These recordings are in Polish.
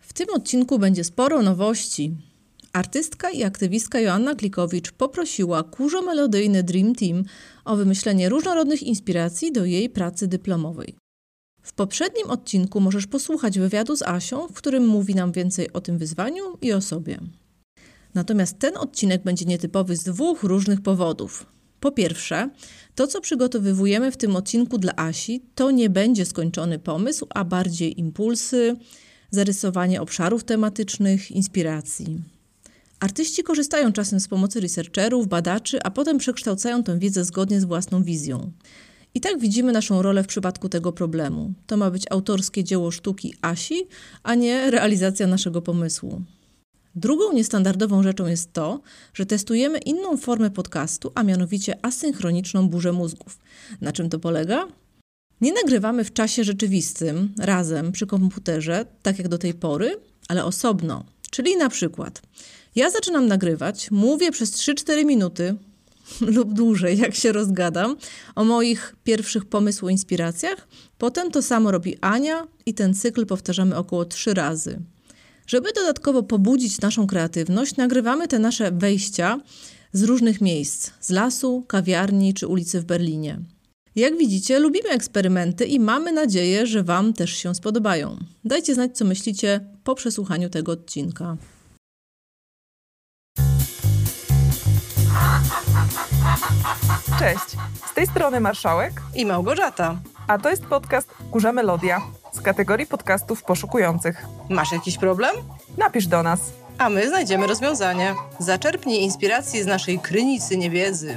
W tym odcinku będzie sporo nowości. Artystka i aktywistka Joanna Klikowicz poprosiła kurzo-melodyjny Dream Team o wymyślenie różnorodnych inspiracji do jej pracy dyplomowej. W poprzednim odcinku możesz posłuchać wywiadu z Asią, w którym mówi nam więcej o tym wyzwaniu i o sobie. Natomiast ten odcinek będzie nietypowy z dwóch różnych powodów. Po pierwsze, to co przygotowujemy w tym odcinku dla Asi, to nie będzie skończony pomysł, a bardziej impulsy, zarysowanie obszarów tematycznych, inspiracji. Artyści korzystają czasem z pomocy researcherów, badaczy, a potem przekształcają tę wiedzę zgodnie z własną wizją. I tak widzimy naszą rolę w przypadku tego problemu. To ma być autorskie dzieło sztuki Asi, a nie realizacja naszego pomysłu. Drugą niestandardową rzeczą jest to, że testujemy inną formę podcastu, a mianowicie asynchroniczną burzę mózgów. Na czym to polega? Nie nagrywamy w czasie rzeczywistym, razem, przy komputerze, tak jak do tej pory, ale osobno. Czyli na przykład ja zaczynam nagrywać, mówię przez 3-4 minuty lub dłużej, jak się rozgadam, o moich pierwszych pomysłach, inspiracjach. Potem to samo robi Ania i ten cykl powtarzamy około 3 razy. Żeby dodatkowo pobudzić naszą kreatywność, nagrywamy te nasze wejścia z różnych miejsc, z lasu, kawiarni czy ulicy w Berlinie. Jak widzicie, lubimy eksperymenty i mamy nadzieję, że Wam też się spodobają. Dajcie znać, co myślicie po przesłuchaniu tego odcinka. Cześć, z tej strony Marszałek i Małgorzata. A to jest podcast Kurza Melodia z kategorii podcastów poszukujących. Masz jakiś problem? Napisz do nas. A my znajdziemy rozwiązanie. Zaczerpnij inspiracji z naszej krynicy niewiedzy.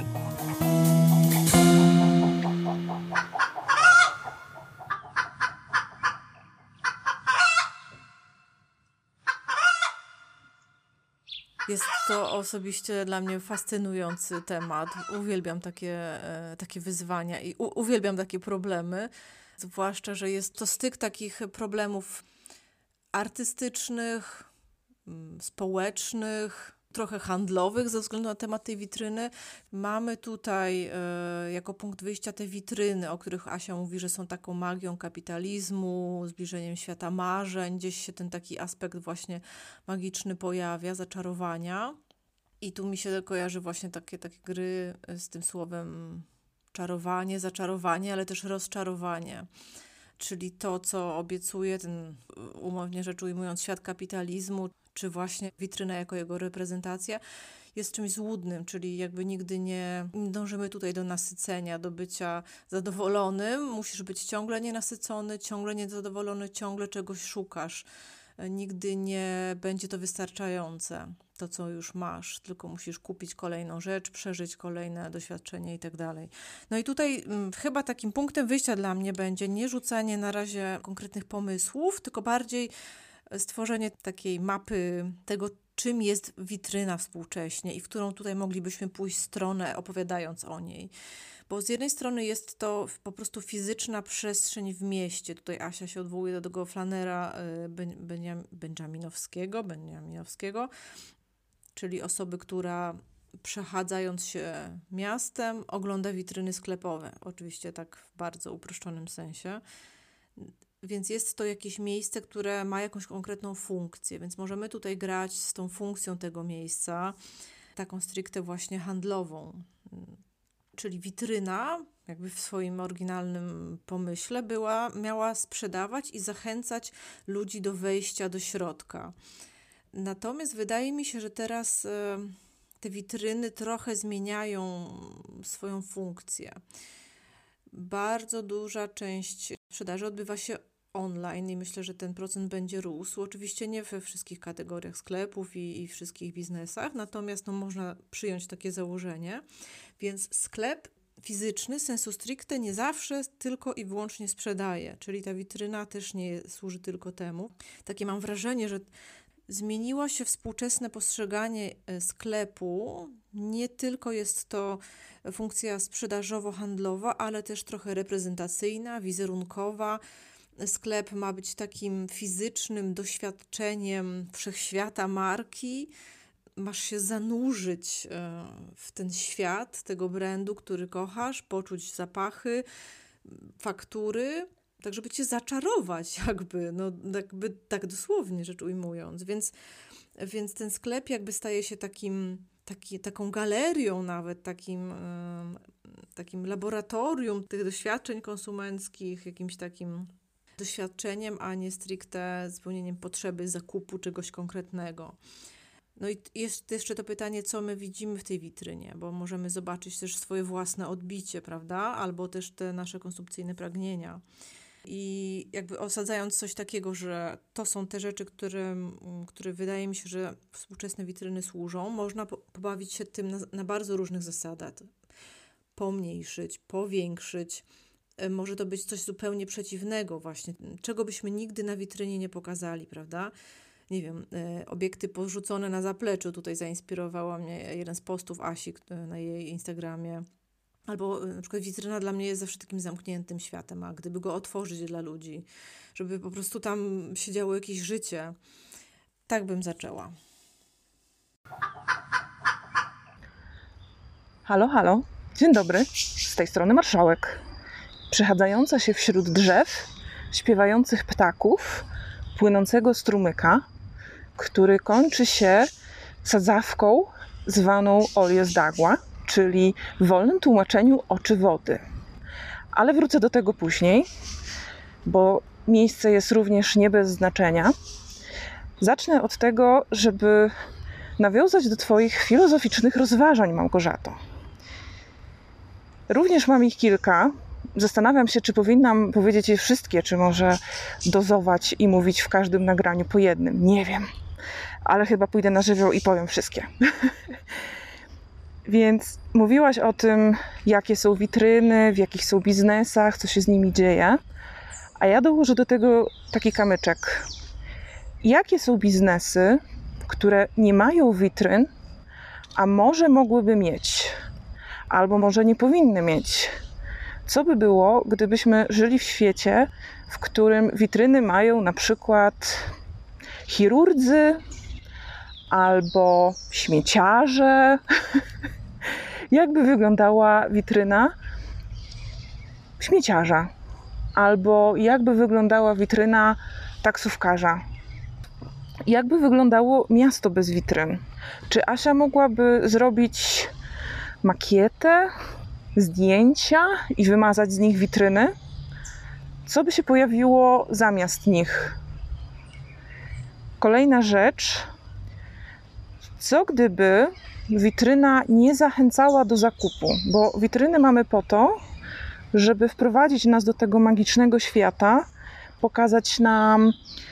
Jest to osobiście dla mnie fascynujący temat. Uwielbiam takie wyzwania i uwielbiam takie problemy. Zwłaszcza, że jest to styk takich problemów artystycznych, społecznych, trochę handlowych ze względu na temat tej witryny. Mamy tutaj jako punkt wyjścia te witryny, o których Asia mówi, że są taką magią kapitalizmu, zbliżeniem świata marzeń. Gdzieś się ten taki aspekt właśnie magiczny pojawia, zaczarowania. I tu mi się kojarzy właśnie takie gry z tym słowem czarowanie, zaczarowanie, ale też rozczarowanie. Czyli to, co obiecuje ten, umownie rzecz ujmując, świat kapitalizmu, czy właśnie witryna jako jego reprezentacja, jest czymś złudnym, czyli jakby nigdy nie dążymy tutaj do nasycenia, do bycia zadowolonym. Musisz być ciągle nienasycony, ciągle niezadowolony, ciągle czegoś szukasz. Nigdy nie będzie to wystarczające, to co już masz, tylko musisz kupić kolejną rzecz, przeżyć kolejne doświadczenie i tak dalej. No i tutaj chyba takim punktem wyjścia dla mnie będzie nie rzucanie na razie konkretnych pomysłów, tylko bardziej stworzenie takiej mapy tego, czym jest witryna współcześnie i w którą tutaj moglibyśmy pójść stronę, opowiadając o niej. Bo z jednej strony jest to po prostu fizyczna przestrzeń w mieście. Tutaj Asia się odwołuje do tego flanera Benjaminowskiego, czyli osoby, która przechadzając się miastem ogląda witryny sklepowe. Oczywiście tak w bardzo uproszczonym sensie. Więc jest to jakieś miejsce, które ma jakąś konkretną funkcję, więc możemy tutaj grać z tą funkcją tego miejsca, taką stricte właśnie handlową. Czyli witryna, jakby w swoim oryginalnym pomyśle, miała sprzedawać i zachęcać ludzi do wejścia do środka. Natomiast wydaje mi się, że teraz te witryny trochę zmieniają swoją funkcję. Bardzo duża część sprzedaży odbywa się online i myślę, że ten procent będzie rósł. Oczywiście nie we wszystkich kategoriach sklepów i wszystkich biznesach, natomiast można przyjąć takie założenie. Więc sklep fizyczny sensu stricte nie zawsze tylko i wyłącznie sprzedaje, czyli ta witryna też nie służy tylko temu. Takie mam wrażenie, że zmieniło się współczesne postrzeganie sklepu. Nie tylko jest to funkcja sprzedażowo-handlowa, ale też trochę reprezentacyjna, wizerunkowa. Sklep ma być takim fizycznym doświadczeniem wszechświata marki. Masz się zanurzyć w ten świat tego brandu, który kochasz, poczuć zapachy, faktury. tak żeby cię zaczarować jakby tak dosłownie rzecz ujmując. Więc ten sklep jakby staje się taką galerią nawet, takim laboratorium tych doświadczeń konsumenckich, jakimś takim doświadczeniem, a nie stricte spełnieniem potrzeby zakupu czegoś konkretnego. No i jest jeszcze to pytanie, co my widzimy w tej witrynie, bo możemy zobaczyć też swoje własne odbicie, prawda? Albo też te nasze konsumpcyjne pragnienia. I jakby osadzając coś takiego, że to są te rzeczy, które wydaje mi się, że współczesne witryny służą, można pobawić się tym na bardzo różnych zasadach. Pomniejszyć, powiększyć. Może to być coś zupełnie przeciwnego właśnie, czego byśmy nigdy na witrynie nie pokazali, prawda? Nie wiem, obiekty porzucone na zapleczu. Tutaj zainspirowała mnie jeden z postów Asi na jej Instagramie. Albo na przykład witryna dla mnie jest zawsze takim zamkniętym światem, a gdyby go otworzyć dla ludzi, żeby po prostu tam się działo jakieś życie, tak bym zaczęła. Halo, halo. Dzień dobry. Z tej strony marszałek. Przechadzająca się wśród drzew, śpiewających ptaków, płynącego strumyka, który kończy się sadzawką zwaną Olies d'Agua, czyli w wolnym tłumaczeniu oczy wody. Ale wrócę do tego później, bo miejsce jest również nie bez znaczenia. Zacznę od tego, żeby nawiązać do Twoich filozoficznych rozważań, Małgorzato. Również mam ich kilka. Zastanawiam się, czy powinnam powiedzieć je wszystkie, czy może dozować i mówić w każdym nagraniu po jednym. Nie wiem, ale chyba pójdę na żywioł i powiem wszystkie. Więc mówiłaś o tym, jakie są witryny, w jakich są biznesach, co się z nimi dzieje. A ja dołożę do tego taki kamyczek. Jakie są biznesy, które nie mają witryn, a może mogłyby mieć, albo może nie powinny mieć? Co by było, gdybyśmy żyli w świecie, w którym witryny mają na przykład chirurdzy albo śmieciarze? Jakby wyglądała witryna śmieciarza? Albo jakby wyglądała witryna taksówkarza? Jakby wyglądało miasto bez witryn? Czy Asia mogłaby zrobić makietę, zdjęcia i wymazać z nich witryny? Co by się pojawiło zamiast nich? Kolejna rzecz. Co gdyby witryna nie zachęcała do zakupu? Bo witryny mamy po to, żeby wprowadzić nas do tego magicznego świata, pokazać nam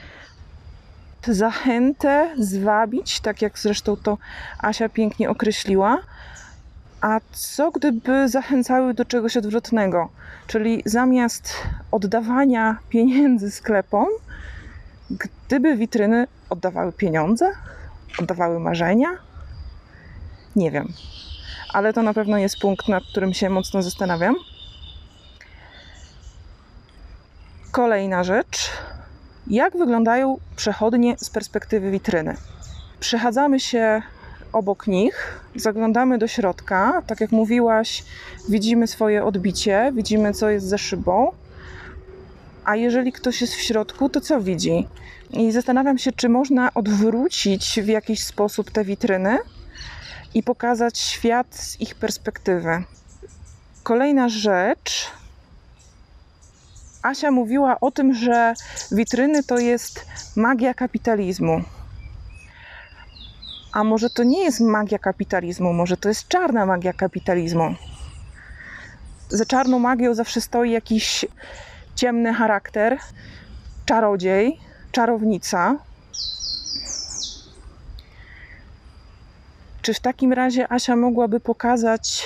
zachętę, zwabić, tak jak zresztą to Asia pięknie określiła. A co gdyby zachęcały do czegoś odwrotnego? Czyli zamiast oddawania pieniędzy sklepom, gdyby witryny oddawały pieniądze, oddawały marzenia? Nie wiem. Ale to na pewno jest punkt, nad którym się mocno zastanawiam. Kolejna rzecz. Jak wyglądają przechodnie z perspektywy witryny? Przechadzamy się obok nich, zaglądamy do środka, tak jak mówiłaś, widzimy swoje odbicie, widzimy, co jest za szybą, a jeżeli ktoś jest w środku, to co widzi? I zastanawiam się, czy można odwrócić w jakiś sposób te witryny i pokazać świat z ich perspektywy. Kolejna rzecz. Asia mówiła o tym, że witryny to jest magia kapitalizmu. A może to nie jest magia kapitalizmu, może to jest czarna magia kapitalizmu. Za czarną magią zawsze stoi jakiś ciemny charakter, czarodziej, czarownica. Czy w takim razie Asia mogłaby pokazać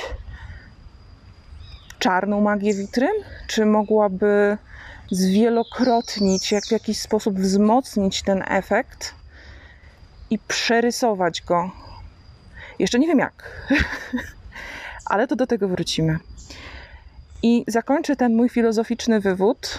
czarną magię witryn? Czy mogłaby zwielokrotnić, w jakiś sposób wzmocnić ten efekt i przerysować go? Jeszcze nie wiem jak, ale to do tego wrócimy. I zakończę ten mój filozoficzny wywód.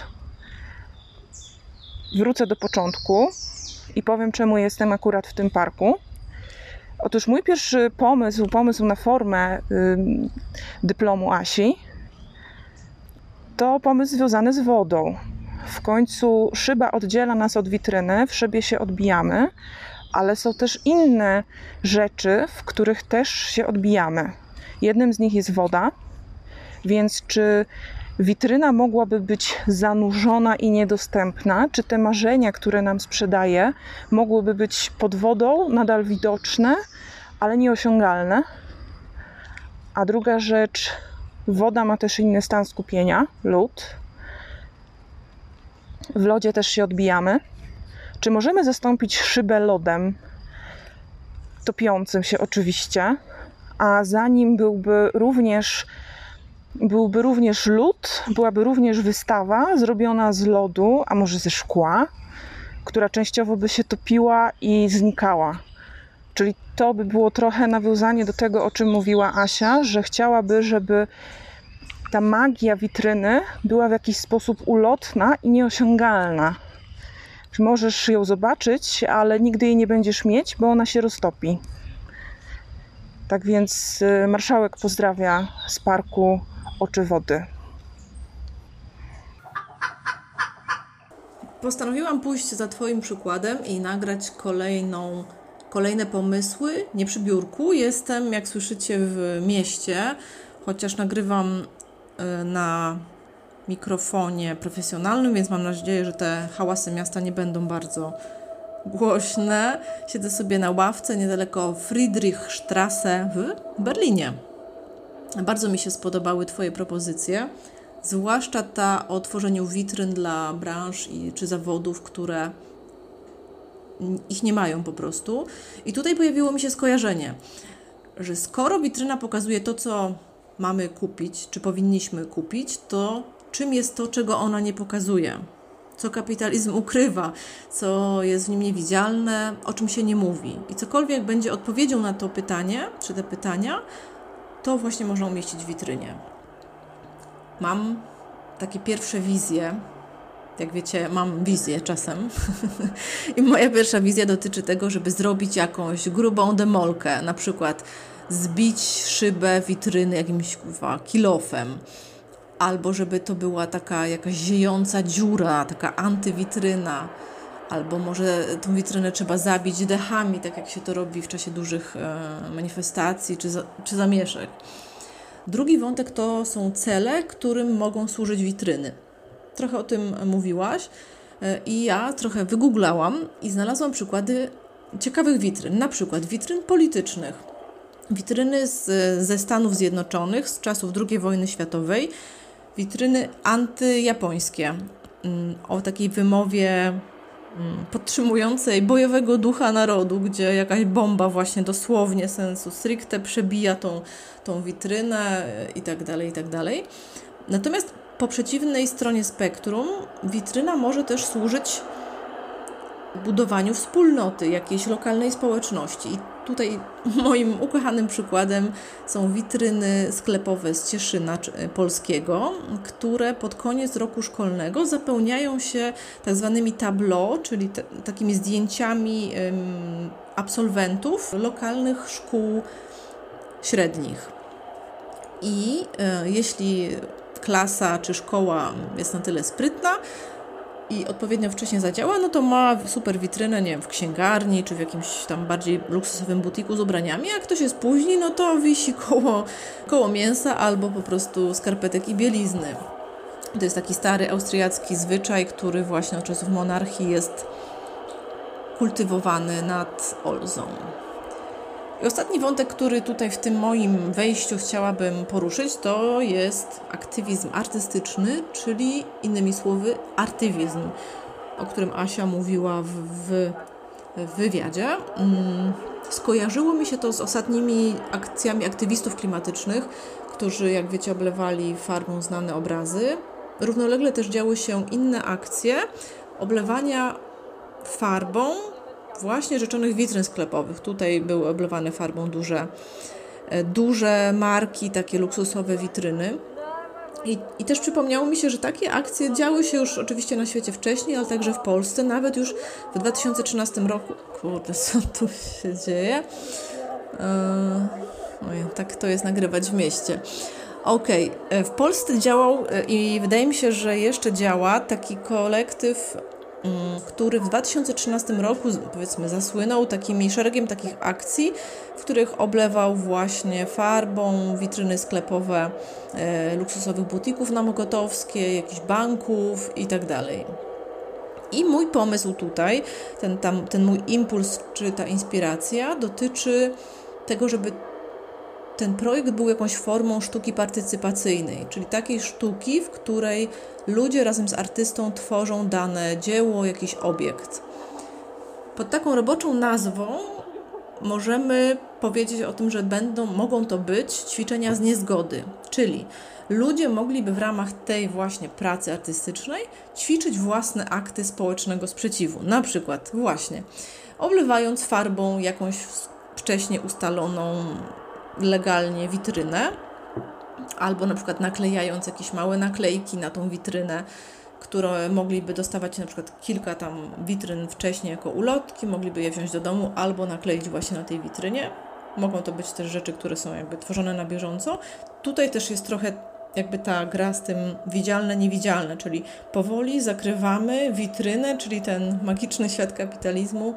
Wrócę do początku i powiem, czemu jestem akurat w tym parku. Otóż mój pierwszy pomysł na formę dyplomu Asi, to pomysł związany z wodą. w końcu szyba oddziela nas od witryny, w szybie się odbijamy, ale są też inne rzeczy, w których też się odbijamy. Jednym z nich jest woda, więc czy witryna mogłaby być zanurzona i niedostępna? Czy te marzenia, które nam sprzedaje, mogłyby być pod wodą, nadal widoczne, ale nieosiągalne? A druga rzecz, woda ma też inny stan skupienia, lód. W lodzie też się odbijamy. Czy możemy zastąpić szybę lodem, topiącym się oczywiście, a za nim byłby również lód, byłaby również wystawa zrobiona z lodu, a może ze szkła, która częściowo by się topiła i znikała. Czyli to by było trochę nawiązanie do tego, o czym mówiła Asia, że chciałaby, żeby ta magia witryny była w jakiś sposób ulotna i nieosiągalna. Możesz ją zobaczyć, ale nigdy jej nie będziesz mieć, bo ona się roztopi. Tak więc marszałek pozdrawia z parku Oczy Wody. Postanowiłam pójść za Twoim przykładem i nagrać kolejne pomysły, nie przy biurku. Jestem, jak słyszycie, w mieście, chociaż nagrywam na mikrofonie profesjonalnym, więc mam nadzieję, że te hałasy miasta nie będą bardzo głośne. Siedzę sobie na ławce niedaleko Friedrichstraße w Berlinie. Bardzo mi się spodobały Twoje propozycje, zwłaszcza ta o tworzeniu witryn dla branż czy zawodów, które ich nie mają po prostu. I tutaj pojawiło mi się skojarzenie, że skoro witryna pokazuje to, co mamy kupić, czy powinniśmy kupić, to czym jest to, czego ona nie pokazuje? Co kapitalizm ukrywa, co jest w nim niewidzialne, o czym się nie mówi. I cokolwiek będzie odpowiedzią na to pytanie, czy te pytania, to właśnie można umieścić w witrynie. Mam takie pierwsze wizje. Jak wiecie, mam wizję czasem. I moja pierwsza wizja dotyczy tego, żeby zrobić jakąś grubą demolkę, na przykład zbić szybę witryny jakimś kilofem, albo żeby to była taka jakaś ziejąca dziura, taka antywitryna, albo może tą witrynę trzeba zabić dechami, tak jak się to robi w czasie dużych manifestacji czy zamieszek. Drugi wątek to są cele, którym mogą służyć witryny. Trochę o tym mówiłaś i ja trochę wygooglałam i znalazłam przykłady ciekawych witryn, na przykład witryn politycznych. Witryny ze Stanów Zjednoczonych z czasów II wojny światowej, witryny antyjapońskie o takiej wymowie podtrzymującej bojowego ducha narodu, gdzie jakaś bomba właśnie dosłownie sensu stricte przebija tą witrynę i tak dalej, i tak dalej. Natomiast po przeciwnej stronie spektrum witryna może też służyć budowaniu wspólnoty, jakiejś lokalnej społeczności. I tutaj moim ukochanym przykładem są witryny sklepowe z Cieszyna polskiego, które pod koniec roku szkolnego zapełniają się tak zwanymi tableau, czyli takimi zdjęciami absolwentów lokalnych szkół średnich. I jeśli klasa czy szkoła jest na tyle sprytna i odpowiednio wcześnie zadziała, no to ma super witrynę, nie wiem, w księgarni czy w jakimś tam bardziej luksusowym butiku z ubraniami. Jak ktoś się spóźni, no to wisi koło mięsa albo po prostu skarpetek i bielizny. To jest taki stary austriacki zwyczaj, który właśnie od czasów monarchii jest kultywowany nad Olzą. I ostatni wątek, który tutaj w tym moim wejściu chciałabym poruszyć, to jest aktywizm artystyczny, czyli innymi słowy artywizm, o którym Asia mówiła w wywiadzie. Skojarzyło mi się to z ostatnimi akcjami aktywistów klimatycznych, którzy, jak wiecie, oblewali farbą znane obrazy. Równolegle też działy się inne akcje oblewania farbą właśnie rzeczonych witryn sklepowych. Tutaj były oblewane farbą duże marki, takie luksusowe witryny. I też przypomniało mi się, że takie akcje działy się już oczywiście na świecie wcześniej, ale także w Polsce, nawet już w 2013 roku. Kurde, co tu się dzieje? Tak to jest nagrywać w mieście. Okej. W Polsce działał i wydaje mi się, że jeszcze działa taki kolektyw, który w 2013 roku, powiedzmy, zasłynął takimi szeregiem takich akcji, w których oblewał właśnie farbą witryny sklepowe luksusowych butików na Mokotowskiej, jakichś banków i tak dalej. I mój pomysł tutaj, ten mój impuls czy ta inspiracja dotyczy tego, żeby ten projekt był jakąś formą sztuki partycypacyjnej, czyli takiej sztuki, w której ludzie razem z artystą tworzą dane dzieło, jakiś obiekt. Pod taką roboczą nazwą możemy powiedzieć o tym, że mogą to być ćwiczenia z niezgody, czyli ludzie mogliby w ramach tej właśnie pracy artystycznej ćwiczyć własne akty społecznego sprzeciwu. Na przykład właśnie oblewając farbą jakąś wcześniej ustaloną legalnie witrynę, albo na przykład naklejając jakieś małe naklejki na tą witrynę, które mogliby dostawać na przykład kilka tam witryn wcześniej jako ulotki, mogliby je wziąć do domu albo nakleić właśnie na tej witrynie. Mogą to być też rzeczy, które są jakby tworzone na bieżąco. Tutaj też jest trochę jakby ta gra z tym widzialne, niewidzialne, czyli powoli zakrywamy witrynę, czyli ten magiczny świat kapitalizmu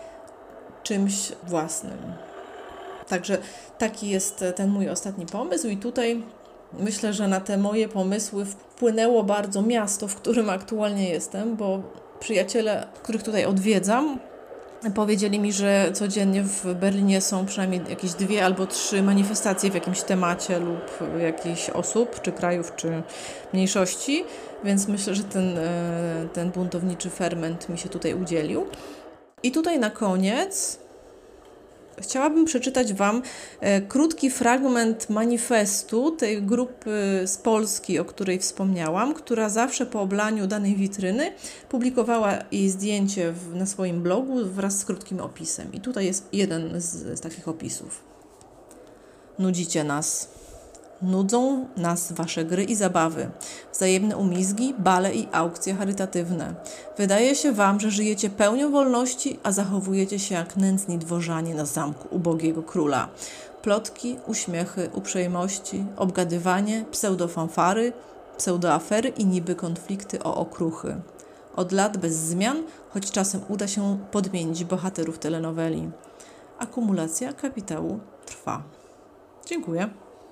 czymś własnym. Także taki jest ten mój ostatni pomysł i tutaj myślę, że na te moje pomysły wpłynęło bardzo miasto, w którym aktualnie jestem, bo przyjaciele, których tutaj odwiedzam, powiedzieli mi, że codziennie w Berlinie są przynajmniej jakieś 2 albo 3 manifestacje w jakimś temacie lub jakichś osób, czy krajów, czy mniejszości, więc myślę, że ten buntowniczy ferment mi się tutaj udzielił. I tutaj na koniec chciałabym przeczytać Wam krótki fragment manifestu tej grupy z Polski, o której wspomniałam, która zawsze po oblaniu danej witryny publikowała jej zdjęcie na swoim blogu wraz z krótkim opisem. I tutaj jest jeden z takich opisów. Nudzicie nas. Nudzą nas wasze gry i zabawy, wzajemne umizgi, bale i aukcje charytatywne. Wydaje się wam, że żyjecie pełnią wolności, a zachowujecie się jak nędzni dworzanie na zamku ubogiego króla. Plotki, uśmiechy, uprzejmości, obgadywanie, pseudofanfary, pseudoafery i niby konflikty o okruchy. Od lat bez zmian, choć czasem uda się podmienić bohaterów telenoweli. Akumulacja kapitału trwa. Dziękuję.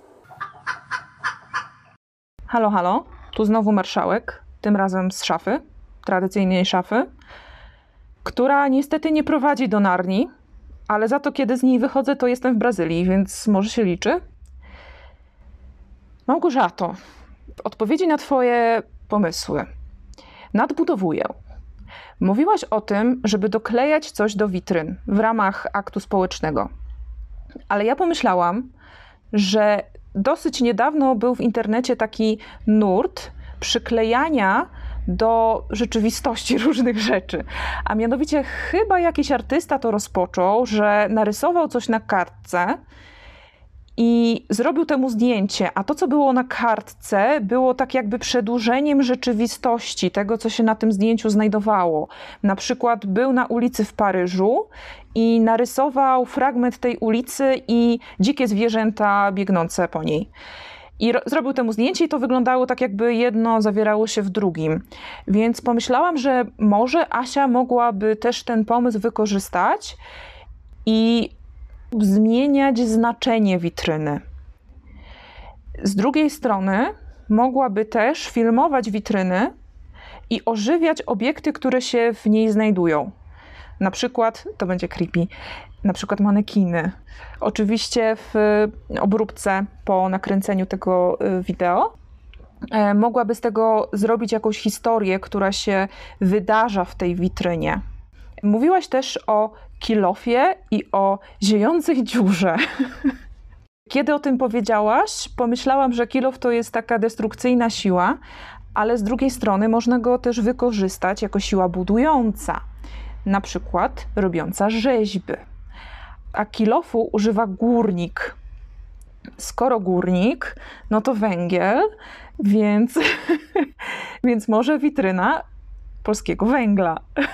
Halo, halo, tu znowu marszałek, tym razem z szafy, tradycyjnej szafy, która niestety nie prowadzi do Narni, ale za to kiedy z niej wychodzę, to jestem w Brazylii, więc może się liczy. Małgorzato, w odpowiedzi na Twoje pomysły nadbudowuję. Mówiłaś o tym, żeby doklejać coś do witryn w ramach aktu społecznego, ale ja pomyślałam, że dosyć niedawno był w internecie taki nurt przyklejania do rzeczywistości różnych rzeczy. A mianowicie chyba jakiś artysta to rozpoczął, że narysował coś na kartce i zrobił temu zdjęcie, a to, co było na kartce, było tak jakby przedłużeniem rzeczywistości, tego, co się na tym zdjęciu znajdowało. Na przykład był na ulicy w Paryżu i narysował fragment tej ulicy i dzikie zwierzęta biegnące po niej. I zrobił temu zdjęcie i to wyglądało tak, jakby jedno zawierało się w drugim. Więc pomyślałam, że może Asia mogłaby też ten pomysł wykorzystać i zmieniać znaczenie witryny. Z drugiej strony mogłaby też filmować witryny i ożywiać obiekty, które się w niej znajdują. Na przykład, to będzie creepy, na przykład manekiny. Oczywiście w obróbce po nakręceniu tego wideo mogłaby z tego zrobić jakąś historię, która się wydarza w tej witrynie. Mówiłaś też o kilofie i o ziejących dziurze. Kiedy o tym powiedziałaś, pomyślałam, że kilof to jest taka destrukcyjna siła, ale z drugiej strony można go też wykorzystać jako siła budująca, na przykład robiąca rzeźby. A kilofu używa górnik. Skoro górnik, no to węgiel, więc może witryna polskiego węgla.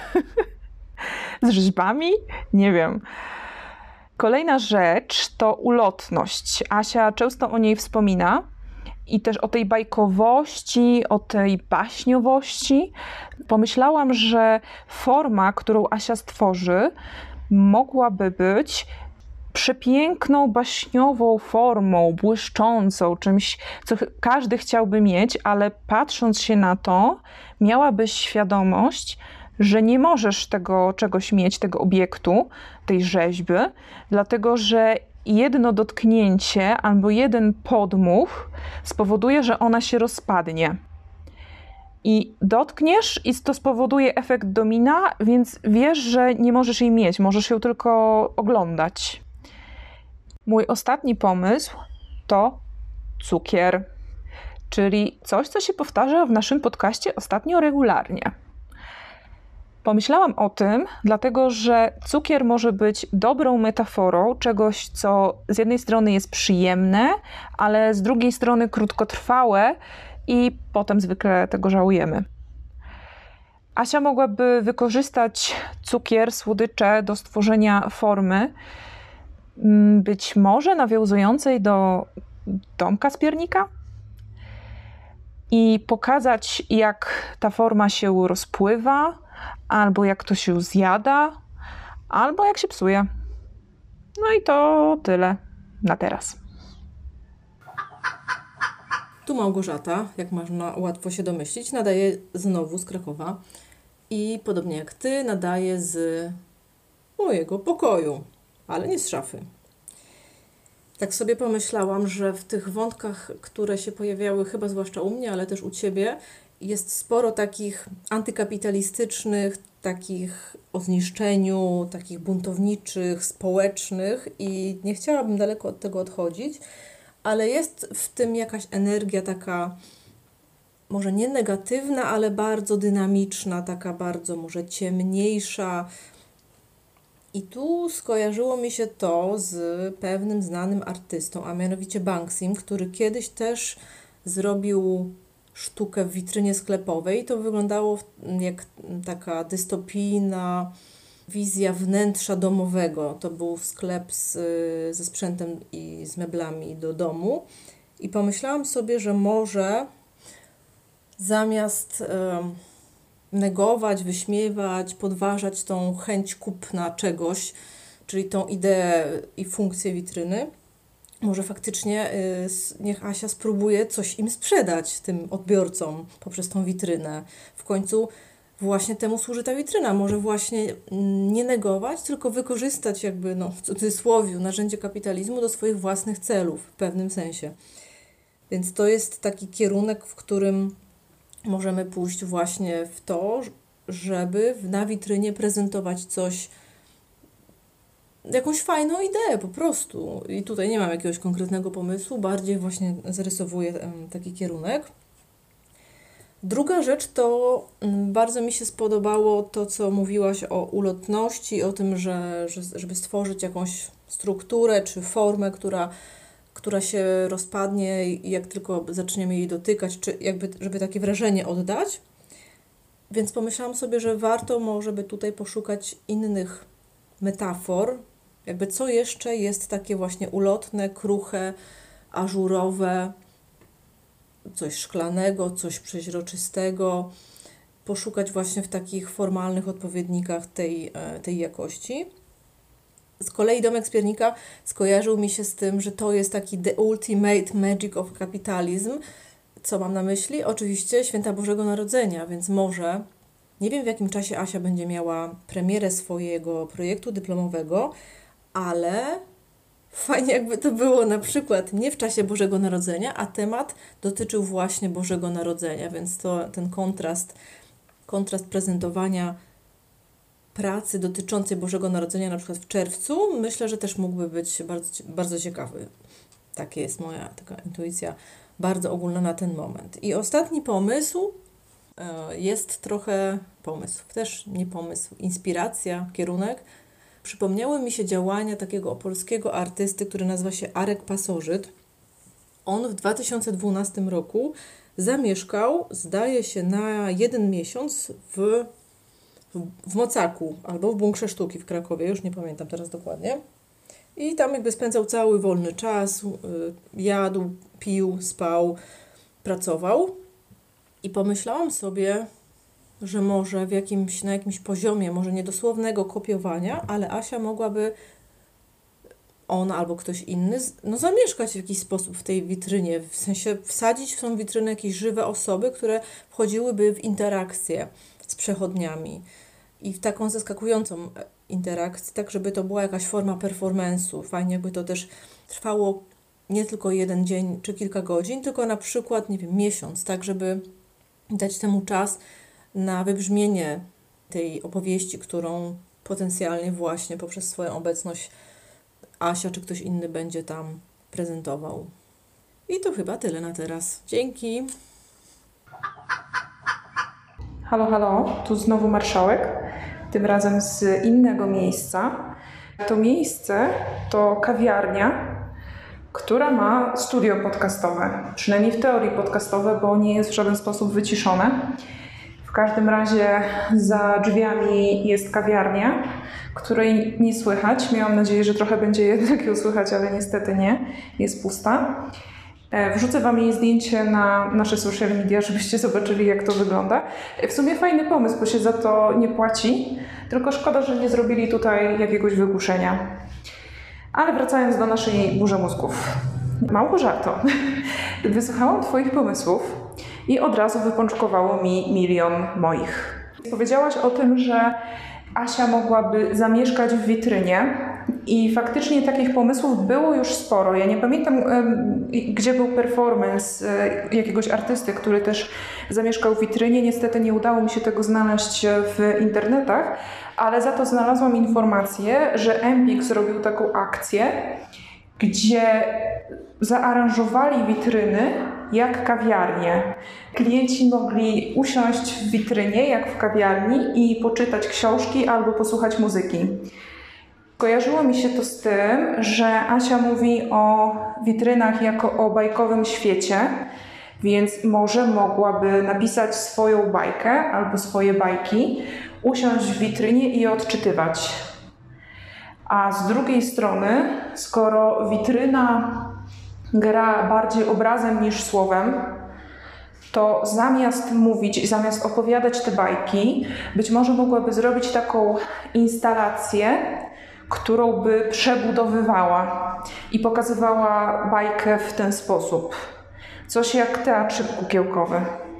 Z rzeźbami? Nie wiem. Kolejna rzecz to ulotność. Asia często o niej wspomina i też o tej bajkowości, o tej baśniowości. Pomyślałam, że forma, którą Asia stworzy, mogłaby być przepiękną, baśniową formą, błyszczącą, czymś, co każdy chciałby mieć, ale patrząc się na to, miałabyś świadomość, że nie możesz tego czegoś mieć, tego obiektu, tej rzeźby, dlatego że jedno dotknięcie albo jeden podmuch spowoduje, że ona się rozpadnie. I dotkniesz i to spowoduje efekt domina, więc wiesz, że nie możesz jej mieć, możesz ją tylko oglądać. Mój ostatni pomysł to cukier, czyli coś, co się powtarza w naszym podcaście ostatnio regularnie. Pomyślałam o tym, dlatego że cukier może być dobrą metaforą czegoś, co z jednej strony jest przyjemne, ale z drugiej strony krótkotrwałe i potem zwykle tego żałujemy. Asia mogłaby wykorzystać cukier, słodycze do stworzenia formy, być może nawiązującej do domka z piernika i pokazać, jak ta forma się rozpływa, albo jak to się zjada, albo jak się psuje. No i to tyle na teraz. Tu Małgorzata, jak można łatwo się domyślić, nadaje znowu z Krakowa i podobnie jak ty, nadaje z mojego pokoju, ale nie z szafy. Tak sobie pomyślałam, że w tych wątkach, które się pojawiały chyba zwłaszcza u mnie, ale też u ciebie, jest sporo takich antykapitalistycznych, takich o zniszczeniu, takich buntowniczych, społecznych i nie chciałabym daleko od tego odchodzić, ale jest w tym jakaś energia taka może nie negatywna, ale bardzo dynamiczna, taka bardzo może ciemniejsza. I tu skojarzyło mi się to z pewnym znanym artystą, a mianowicie Banksym, który kiedyś też zrobił sztukę w witrynie sklepowej. To wyglądało jak taka dystopijna wizja wnętrza domowego. To był sklep ze sprzętem i z meblami do domu. I pomyślałam sobie, że może zamiast negować, wyśmiewać, podważać tą chęć kupna czegoś, czyli tą ideę i funkcję witryny, może faktycznie niech Asia spróbuje coś im sprzedać, tym odbiorcom, poprzez tą witrynę. W końcu właśnie temu służy ta witryna. Może właśnie nie negować, tylko wykorzystać jakby, w cudzysłowie, narzędzie kapitalizmu do swoich własnych celów w pewnym sensie. Więc to jest taki kierunek, w którym możemy pójść właśnie w to, żeby na witrynie prezentować coś, jakąś fajną ideę po prostu. I tutaj nie mam jakiegoś konkretnego pomysłu, bardziej właśnie zarysowuję taki kierunek. Druga rzecz to bardzo mi się spodobało to, co mówiłaś o ulotności, o tym, żeby stworzyć jakąś strukturę czy formę, która się rozpadnie, jak tylko zaczniemy jej dotykać, czy jakby, żeby takie wrażenie oddać. Więc pomyślałam sobie, że warto może by tutaj poszukać innych metafor, jakby co jeszcze jest takie właśnie ulotne, kruche, ażurowe, coś szklanego, coś przeźroczystego, poszukać właśnie w takich formalnych odpowiednikach tej jakości. Z kolei domek z piernika skojarzył mi się z tym, że to jest taki the ultimate magic of capitalism. Co mam na myśli? Oczywiście Święta Bożego Narodzenia, więc może, nie wiem w jakim czasie Asia będzie miała premierę swojego projektu dyplomowego, ale fajnie jakby to było na przykład nie w czasie Bożego Narodzenia, a temat dotyczył właśnie Bożego Narodzenia, więc to ten kontrast prezentowania pracy dotyczącej Bożego Narodzenia na przykład w czerwcu, myślę, że też mógłby być bardzo, bardzo ciekawy. Taka jest moja taka intuicja bardzo ogólna na ten moment. I ostatni pomysł jest trochę pomysł, też nie pomysł, inspiracja, kierunek. Przypomniały mi się działania takiego polskiego artysty, który nazywa się Arek Pasożyt. On w 2012 roku zamieszkał, zdaje się, na 1 miesiąc w Mocaku albo w Bunkrze Sztuki w Krakowie, już nie pamiętam teraz dokładnie. I tam jakby spędzał cały wolny czas, jadł, pił, spał, pracował. I pomyślałam sobie, że może na jakimś poziomie, może niedosłownego kopiowania, ale Asia mogłaby, ona albo ktoś inny, zamieszkać w jakiś sposób w tej witrynie, w sensie wsadzić w tą witrynę jakieś żywe osoby, które wchodziłyby w interakcję z przechodniami i w taką zaskakującą interakcję, tak żeby to była jakaś forma performance'u. Fajnie jakby to też trwało nie tylko jeden dzień czy kilka godzin, tylko na przykład, nie wiem, miesiąc, tak żeby dać temu czas na wybrzmienie tej opowieści, którą potencjalnie właśnie poprzez swoją obecność Asia czy ktoś inny będzie tam prezentował. I to chyba tyle na teraz. Dzięki! Halo, halo, tu znowu marszałek, tym razem z innego miejsca. To miejsce to kawiarnia, która ma studio podcastowe, przynajmniej w teorii podcastowe, bo nie jest w żaden sposób wyciszone. W każdym razie za drzwiami jest kawiarnia, której nie słychać. Miałam nadzieję, że trochę będzie jednak ją słychać, ale niestety nie. Jest pusta. Wrzucę Wam jej zdjęcie na nasze social media, żebyście zobaczyli, jak to wygląda. W sumie fajny pomysł, bo się za to nie płaci, tylko szkoda, że nie zrobili tutaj jakiegoś wygłuszenia. Ale wracając do naszej burzy mózgów. Małgorzato, wysłuchałam Twoich pomysłów i od razu wypączkowało mi milion moich. Powiedziałaś o tym, że Asia mogłaby zamieszkać w witrynie i faktycznie takich pomysłów było już sporo. Ja nie pamiętam, gdzie był performance jakiegoś artysty, który też zamieszkał w witrynie. Niestety nie udało mi się tego znaleźć w internetach, ale za to znalazłam informację, że Empik zrobił taką akcję, gdzie zaaranżowali witryny jak kawiarnie. Klienci mogli usiąść w witrynie jak w kawiarni i poczytać książki albo posłuchać muzyki. Kojarzyło mi się to z tym, że Asia mówi o witrynach jako o bajkowym świecie, więc może mogłaby napisać swoją bajkę albo swoje bajki, usiąść w witrynie i je odczytywać. A z drugiej strony, skoro witryna gra bardziej obrazem niż słowem, to zamiast mówić, zamiast opowiadać te bajki, być może mogłaby zrobić taką instalację, którą by przebudowywała i pokazywała bajkę w ten sposób. Coś jak teatrzyk kukiełkowy.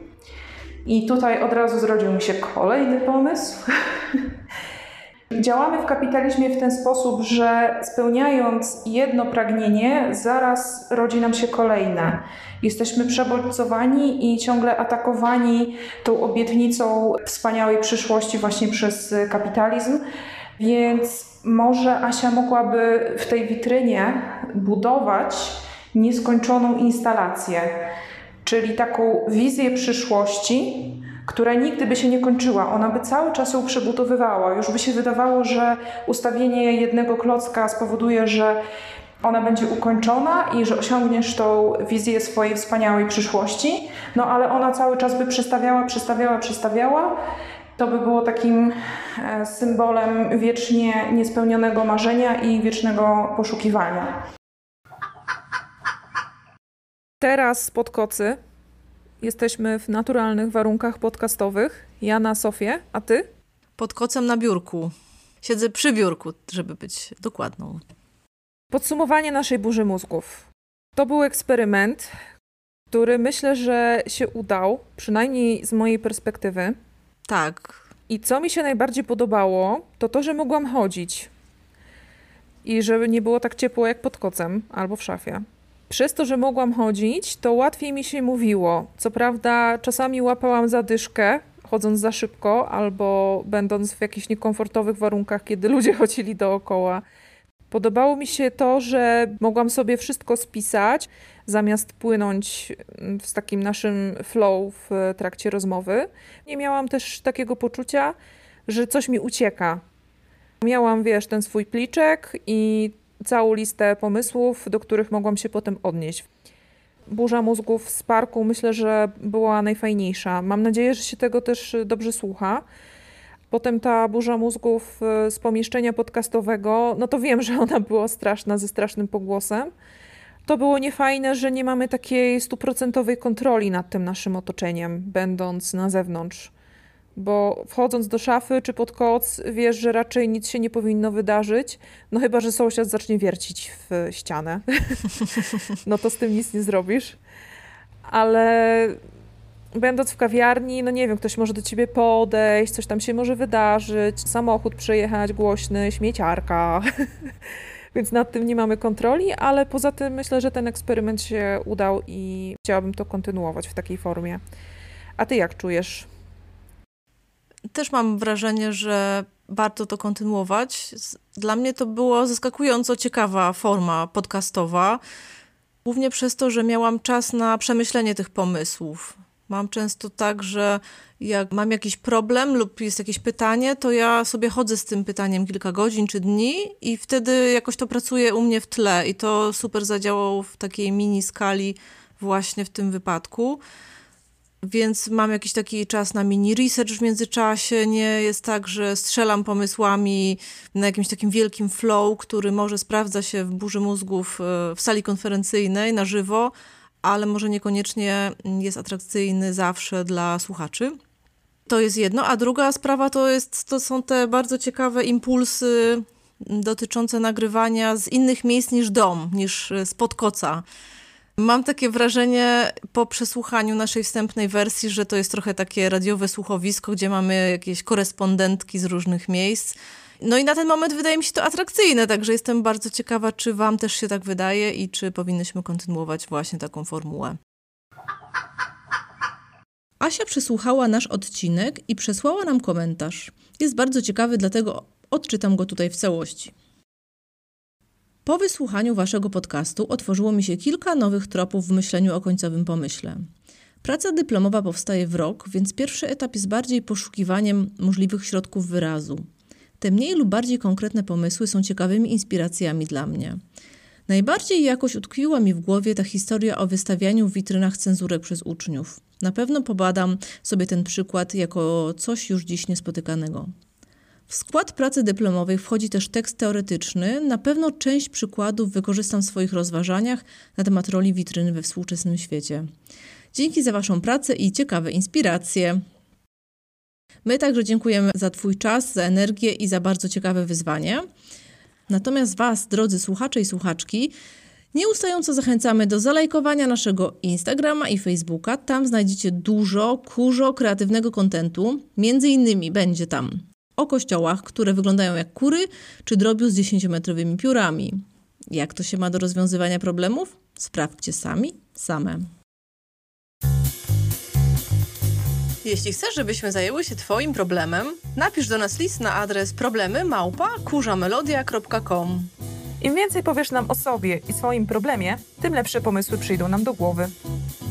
I tutaj od razu zrodził mi się kolejny pomysł. Działamy w kapitalizmie w ten sposób, że spełniając jedno pragnienie, zaraz rodzi nam się kolejne. Jesteśmy przebodźcowani i ciągle atakowani tą obietnicą wspaniałej przyszłości właśnie przez kapitalizm. Więc może Asia mogłaby w tej witrynie budować nieskończoną instalację, czyli taką wizję przyszłości, która nigdy by się nie kończyła. Ona by cały czas ją przebudowywała. Już by się wydawało, że ustawienie jednego klocka spowoduje, że ona będzie ukończona i że osiągniesz tą wizję swojej wspaniałej przyszłości. No ale ona cały czas by przestawiała. To by było takim symbolem wiecznie niespełnionego marzenia i wiecznego poszukiwania. Teraz spod kocy. Jesteśmy w naturalnych warunkach podcastowych. Ja na sofie, a ty? Pod kocem na biurku. Siedzę przy biurku, żeby być dokładną. Podsumowanie naszej burzy mózgów. To był eksperyment, który myślę, że się udał, przynajmniej z mojej perspektywy. Tak. I co mi się najbardziej podobało, to to, że mogłam chodzić. I żeby nie było tak ciepło jak pod kocem albo w szafie. Przez to, że mogłam chodzić, to łatwiej mi się mówiło. Co prawda czasami łapałam zadyszkę, chodząc za szybko albo będąc w jakichś niekomfortowych warunkach, kiedy ludzie chodzili dookoła. Podobało mi się to, że mogłam sobie wszystko spisać, zamiast płynąć z takim naszym flow w trakcie rozmowy. Nie miałam też takiego poczucia, że coś mi ucieka. Miałam, ten swój pliczek i całą listę pomysłów, do których mogłam się potem odnieść. Burza mózgów z parku myślę, że była najfajniejsza. Mam nadzieję, że się tego też dobrze słucha. Potem ta burza mózgów z pomieszczenia podcastowego, no to wiem, że ona była straszna, ze strasznym pogłosem. To było niefajne, że nie mamy takiej 100% kontroli nad tym naszym otoczeniem, będąc na zewnątrz. Bo wchodząc do szafy czy pod koc, wiesz, że raczej nic się nie powinno wydarzyć, no chyba że sąsiad zacznie wiercić w ścianę. No to z tym nic nie zrobisz. Ale będąc w kawiarni, no nie wiem, ktoś może do ciebie podejść, coś tam się może wydarzyć, samochód przejechać głośny, śmieciarka. Więc nad tym nie mamy kontroli, ale poza tym myślę, że ten eksperyment się udał i chciałabym to kontynuować w takiej formie. A ty jak czujesz? Też mam wrażenie, że warto to kontynuować. Dla mnie to była zaskakująco ciekawa forma podcastowa, głównie przez to, że miałam czas na przemyślenie tych pomysłów. Mam często tak, że jak mam jakiś problem lub jest jakieś pytanie, to ja sobie chodzę z tym pytaniem kilka godzin czy dni i wtedy jakoś to pracuje u mnie w tle i to super zadziałało w takiej mini skali właśnie w tym wypadku. Więc mam jakiś taki czas na mini research w międzyczasie. Nie jest tak, że strzelam pomysłami na jakimś takim wielkim flow, który może sprawdza się w burzy mózgów w sali konferencyjnej na żywo, ale może niekoniecznie jest atrakcyjny zawsze dla słuchaczy. To jest jedno. A druga sprawa to są te bardzo ciekawe impulsy dotyczące nagrywania z innych miejsc niż dom, niż spod koca. Mam takie wrażenie po przesłuchaniu naszej wstępnej wersji, że to jest trochę takie radiowe słuchowisko, gdzie mamy jakieś korespondentki z różnych miejsc. No i na ten moment wydaje mi się to atrakcyjne, także jestem bardzo ciekawa, czy wam też się tak wydaje i czy powinnyśmy kontynuować właśnie taką formułę. Asia przesłuchała nasz odcinek i przesłała nam komentarz. Jest bardzo ciekawy, dlatego odczytam go tutaj w całości. Po wysłuchaniu waszego podcastu otworzyło mi się kilka nowych tropów w myśleniu o końcowym pomyśle. Praca dyplomowa powstaje w rok, więc pierwszy etap jest bardziej poszukiwaniem możliwych środków wyrazu. Te mniej lub bardziej konkretne pomysły są ciekawymi inspiracjami dla mnie. Najbardziej jakoś utkwiła mi w głowie ta historia o wystawianiu w witrynach cenzurek przez uczniów. Na pewno pobadam sobie ten przykład jako coś już dziś niespotykanego. W skład pracy dyplomowej wchodzi też tekst teoretyczny. Na pewno część przykładów wykorzystam w swoich rozważaniach na temat roli witryny we współczesnym świecie. Dzięki za waszą pracę i ciekawe inspiracje. My także dziękujemy za twój czas, za energię i za bardzo ciekawe wyzwanie. Natomiast was, drodzy słuchacze i słuchaczki, nieustająco zachęcamy do zalajkowania naszego Instagrama i Facebooka. Tam znajdziecie dużo kreatywnego kontentu. Między innymi będzie tam o kościołach, które wyglądają jak kury, czy drobiu z 10-metrowymi piórami. Jak to się ma do rozwiązywania problemów? Sprawdźcie same. Jeśli chcesz, żebyśmy zajęły się twoim problemem, napisz do nas list na adres problemy@kurzamelodia.com. Im więcej powiesz nam o sobie i swoim problemie, tym lepsze pomysły przyjdą nam do głowy.